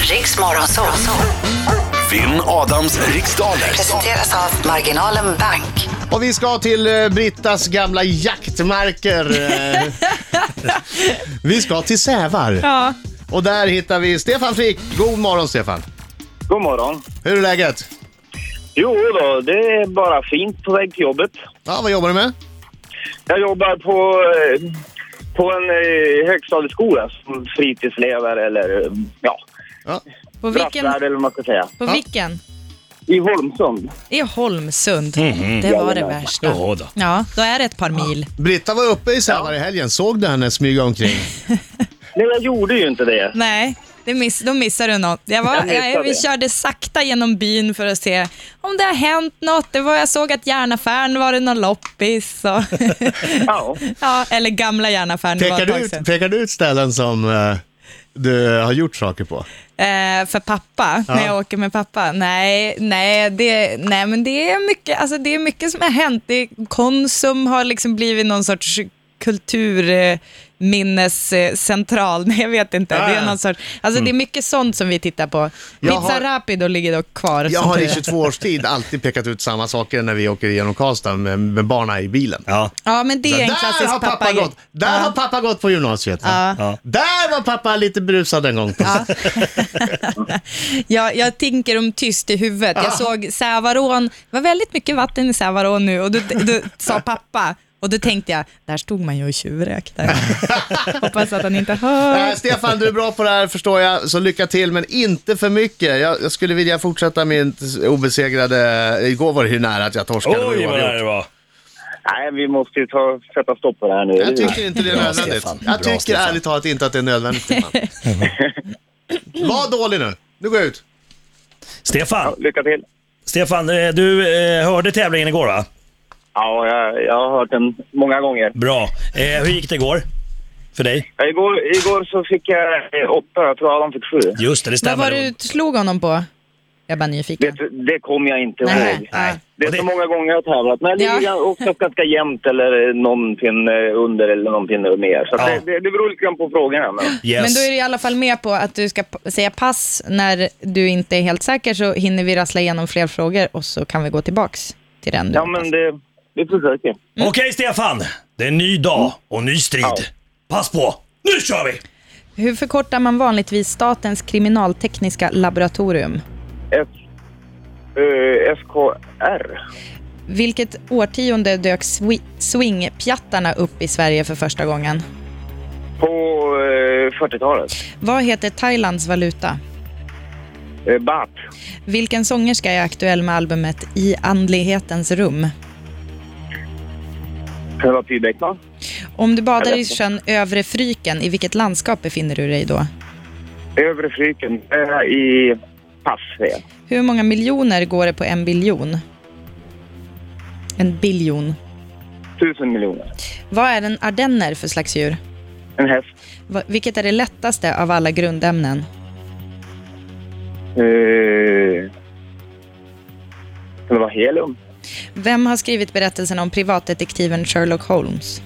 Riks Morgonzoo. Vinn Adams riksdaler. Presenteras av Marginalen Bank. Och vi ska till Brittas gamla jaktmarker. Vi ska till Sävar. Ja. Och där hittar vi Stefan Frick. God morgon, Stefan. God morgon. Hur är läget? Jo då, det är bara fint på väg till jobbet. Ja, vad jobbar du med? Jag jobbar på en högstadieskola som fritidsledare eller Ja. På vilken? brassvärd eller vad man ska säga. På vilken? I Holmsund. I Holmsund. Det var det värsta. Ja, då. Ja, då är det ett par mil. Britta var uppe i Sävar i helgen. Såg du henne smyga omkring? Nej, jag gjorde ju inte det. Nej, då missar du något. Vi körde sakta genom byn för att se om det har hänt något. Jag såg att Järnaffären var det någon loppis. Och Ja. ja, eller gamla Järnaffären. Pekar du ut ställen som du har gjort saker på? För pappa, när jag åker med pappa. Nej, men det är mycket, alltså det är mycket som har hänt. Konsum har liksom blivit någon sorts kulturminnescentral. Nej, jag vet inte. Det är någon sorts, alltså det är mycket sånt som vi tittar på. Pizza Rapido ligger dock kvar. Jag har i 22 års tid alltid pekat ut samma saker när vi åker igenom Karlstad med barna i bilen. Ja, men det är en klassisk pappa. Där har pappa gått på gymnasiet. Ja. Där var pappa lite brusad en gång. Jag tänker om tyst i huvudet. Jag såg Sävarån. Det var väldigt mycket vatten i Sävarån nu. Och du sa pappa. Och då tänkte jag, där stod man ju och tjuvräknade. Hoppas att han inte hör. Stefan, du är bra på det här, förstår jag. Så lycka till, men inte för mycket. Jag skulle vilja fortsätta med obesegrade. Igår var det ju nära att jag torskade. Oj, vad det var. Nej, vi måste ju sätta stopp på det här nu. Jag tycker inte det är Bra, nödvändigt. Stefan. Jag Bra, tycker Stefan. ärligt talat inte att det är nödvändigt, Stefan. Var dålig nu. Nu går jag ut. Stefan, Lycka till. Stefan, du hörde tävlingen igår, va? Ja, jag har hört den många gånger. Bra. Hur gick det igår för dig? Ja, igår så fick jag 8, jag tror Adam fick 7. Just det, det Vad stämmer. var du slog honom på? Jag är bara nyfiken. Det kommer jag inte Nej. ihåg. Nej. Det är Och så många gånger jag har tävlat. Men det är också ganska jämnt eller någon pinne under eller någon pinne mer. Så Ja. det beror lite grann på frågorna. Men. Yes. Men då är du i alla fall med på att du ska säga pass när du inte är helt säker, så hinner vi rassla igenom fler frågor och så kan vi gå tillbaks till den. Ja, men det försöker. Okej, Stefan. Det är en ny dag och ny strid. Ja. Pass på. Nu kör vi! Hur förkortar man vanligtvis Statens kriminaltekniska laboratorium? SKR. Vilket årtionde dök swingpjattarna upp i Sverige för första gången? På 40-talet. Vad heter Thailands valuta? Baht. Vilken sångerska är aktuell med albumet I andlighetens rum? Kan det vara Py Bäckman? Om du badar i sjön Övre Fryken, i vilket landskap befinner du dig då? Övre Fryken. I pass, säger jag. Hur många miljoner går det på en biljon? En biljon. 1000 miljoner. Vad är en ardenner för slags djur? En häst. Vilket är det lättaste av alla grundämnen? Kan det vara helium? Vem har skrivit berättelsen om privatdetektiven Sherlock Holmes?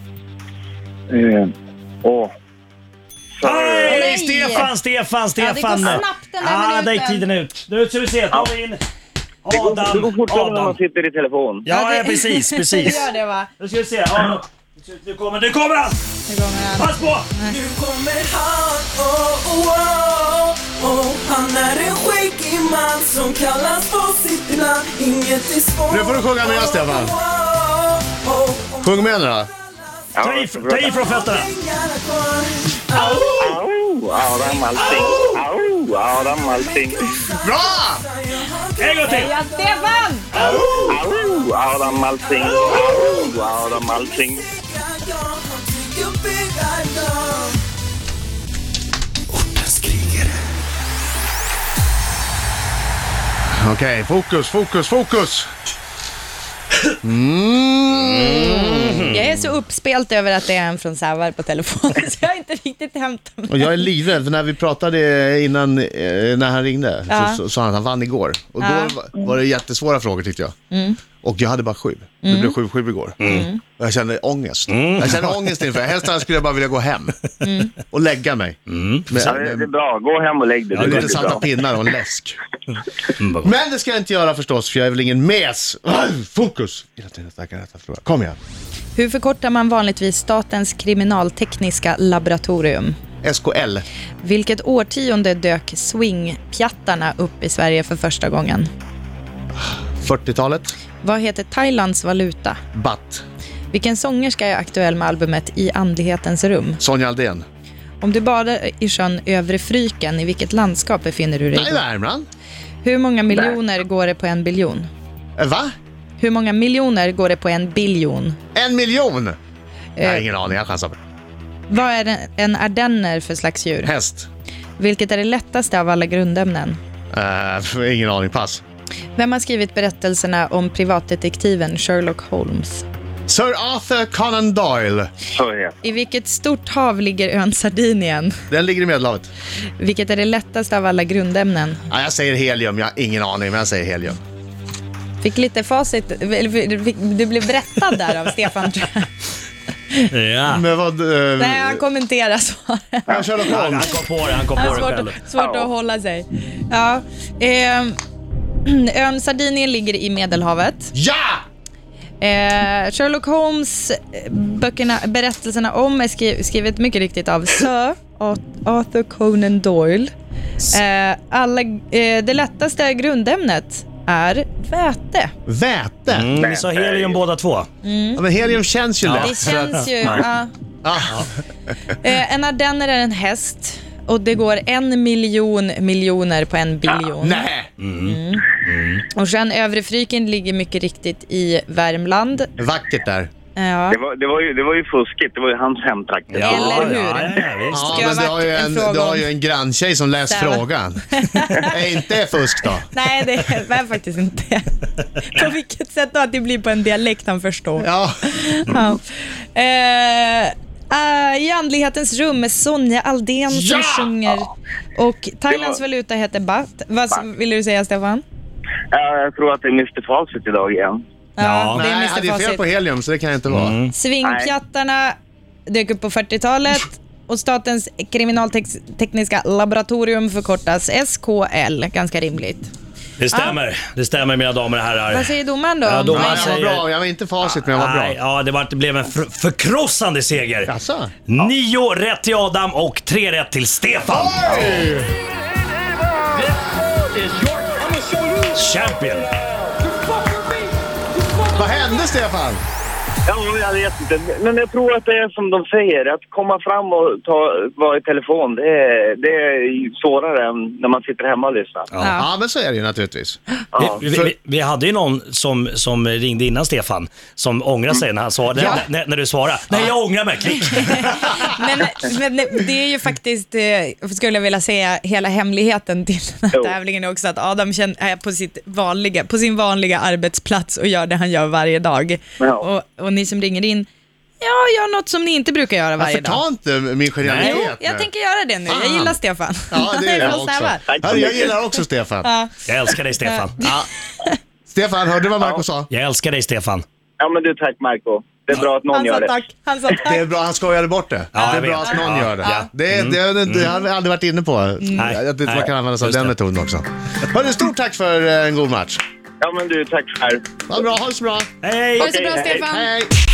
Nej, Stefan! Ja, det går snabbt den där minuten. Där gick tiden ut. Nu ska vi se, ta in Det går fortfarande när man Adam. sitter i telefon. Ja, precis. Det gör det, va? Nu ska vi se. Ja, nu kommer han! Nu kommer han. Pass på! Nu kommer han, han är en skäggig man som kallas på sitt namn. Inget är svårt. Nu får du sjunga med, Stefan. Sjung med nu då. Ta i från fötterna. Adam allting. Adam allting. Bra! En gång till! Ja, Stefan! Adam allting. Adam allting. Okej, fokus. Jag är så uppspelt över att det är en från Sävar på telefonen, så jag har inte riktigt hämtat mig. Och jag är livrädd, för när vi pratade innan, när han ringde, så sa han att han vann igår. Och då var det jättesvåra frågor, tyckte jag. Och jag hade bara 7. Det blev 7-7 igår. Och jag kände ångest. Jag kände ångest inför. Helst skulle jag bara vilja gå hem. Och lägga mig. Det är bra, gå hem och lägg dig. Det är lite salta pinnar och en läsk. Men det ska jag inte göra förstås, för jag är väl ingen mes. Fokus! Kom igen. Hur förkortar man vanligtvis Statens kriminaltekniska laboratorium? SKL. Vilket årtionde dök swingpjattarna upp i Sverige för första gången? 40-talet. Vad heter Thailands valuta? Batt. Vilken sångerska är aktuell med albumet I andlighetens rum? Sonja Aldén. Om du badar i sjön Övre Fryken, i vilket landskap befinner du dig? Nej, Värmland. Hur många miljoner går det på 1 biljon? Va? Hur många miljoner går det på 1 biljon? 1 miljon? Jag har ingen aning, jag chansar. Vad är en ardenner för slags djur? Häst. Vilket är det lättaste av alla grundämnen? Ingen aning, pass. Vem har skrivit berättelserna om privatdetektiven Sherlock Holmes? Sir Arthur Conan Doyle. Så är I vilket stort hav ligger ön Sardinien? Den ligger i Medelhavet. Vilket är det lättaste av alla grundämnen? Ja, jag säger helium, jag har ingen aning, men jag säger helium. Fick lite facit. Du blev berättad där av Stefan, tror jag. Ja. Men vad... Nej, han kommenterar svaret. Jag körde på. Han kom på det själv. Svårt att hålla sig. Ja. Ön Sardinien ligger i Medelhavet. Ja! Sherlock Holmes berättelserna om är skrivet mycket riktigt av Sir Arthur Conan Doyle. Det lättaste grundämnet är väte. Väte? Ni sa helium båda två. Ja, men helium känns ju lätt. Det känns ju... En ardenner är en häst. Och det går 1 miljon miljoner på 1 biljon. Nej! Och sen Övre Fryken ligger mycket riktigt i Värmland. Vackert där. Ja. Det var ju fuskigt, det var ju hans hemtrakter. Eller hur? Ja, visst. Ja, Ska men jag du varit har en ju fråga en granntjej som läst Stäva. frågan. Är inte fusk då? Nej, det är faktiskt inte. På vilket sätt då att det blir på en dialekt han förstår. Ja. Ja. I andlighetens rum med Sonja Aldén som sjunger. Och Thailands valuta heter baht. Vad vill du säga, Stefan? Jag tror att det är Mr. Facit idag igen. Ja, det är Nej, jag Mr. hade ju fel Facit. på helium, så det kan jag inte vara. Svingpjattarna dök upp på 40-talet och Statens kriminaltekniska laboratorium förkortas SKL. Ganska rimligt. Det stämmer mina damer och herrar. Vad säger domaren då? Ja, domaren Jag var bra, jag var inte facit, men jag var bra. Nej, ja, det blev en förkrossande seger. Jaså? 9 rätt till Adam och 3 rätt till Stefan. Champion. Vad hände, Stefan? Ja, jag vet inte. Men jag tror att det är som de säger. Att komma fram och vara i telefon, det är svårare än när man sitter hemma och lyssnar. Ja, men så är det ju naturligtvis. Ja. Vi hade ju någon som ringde innan Stefan som ångrar sig när han svarade, när du svarade. Nej, jag ångrar mig, klick. Men det är ju faktiskt, skulle jag vilja säga, hela hemligheten till den här tävlingen också, att Adam är på sin vanliga arbetsplats och gör det han gör varje dag. Ja. Och ni som ringer in, gör något som ni inte brukar göra varje dag. Ta inte min genialitet. Jo, jag tänker göra det nu. Jag gillar Stefan. Ja, det är jag också. Tack. Jag gillar också Stefan. Ja. Jag älskar dig, Stefan. Ja. Stefan, hörde du vad Marco sa? Jag älskar dig, Stefan. Ja, men du, tack Marco. Det är bra att någon Han gör sa det. tack. Han sa Det tack. är bra, han skojade bort det. Ja, det är jag bra vet. att någon gör det. Ja. Det har vi aldrig varit inne på. Nej. Att man kan använda sig av Just den det. metoden också. Hörru, stort tack för en god match. Ja, men du, tack själv. Ha det bra, ha det så bra. Hej! Ha det så bra, Okej, hej. Stefan. Hej!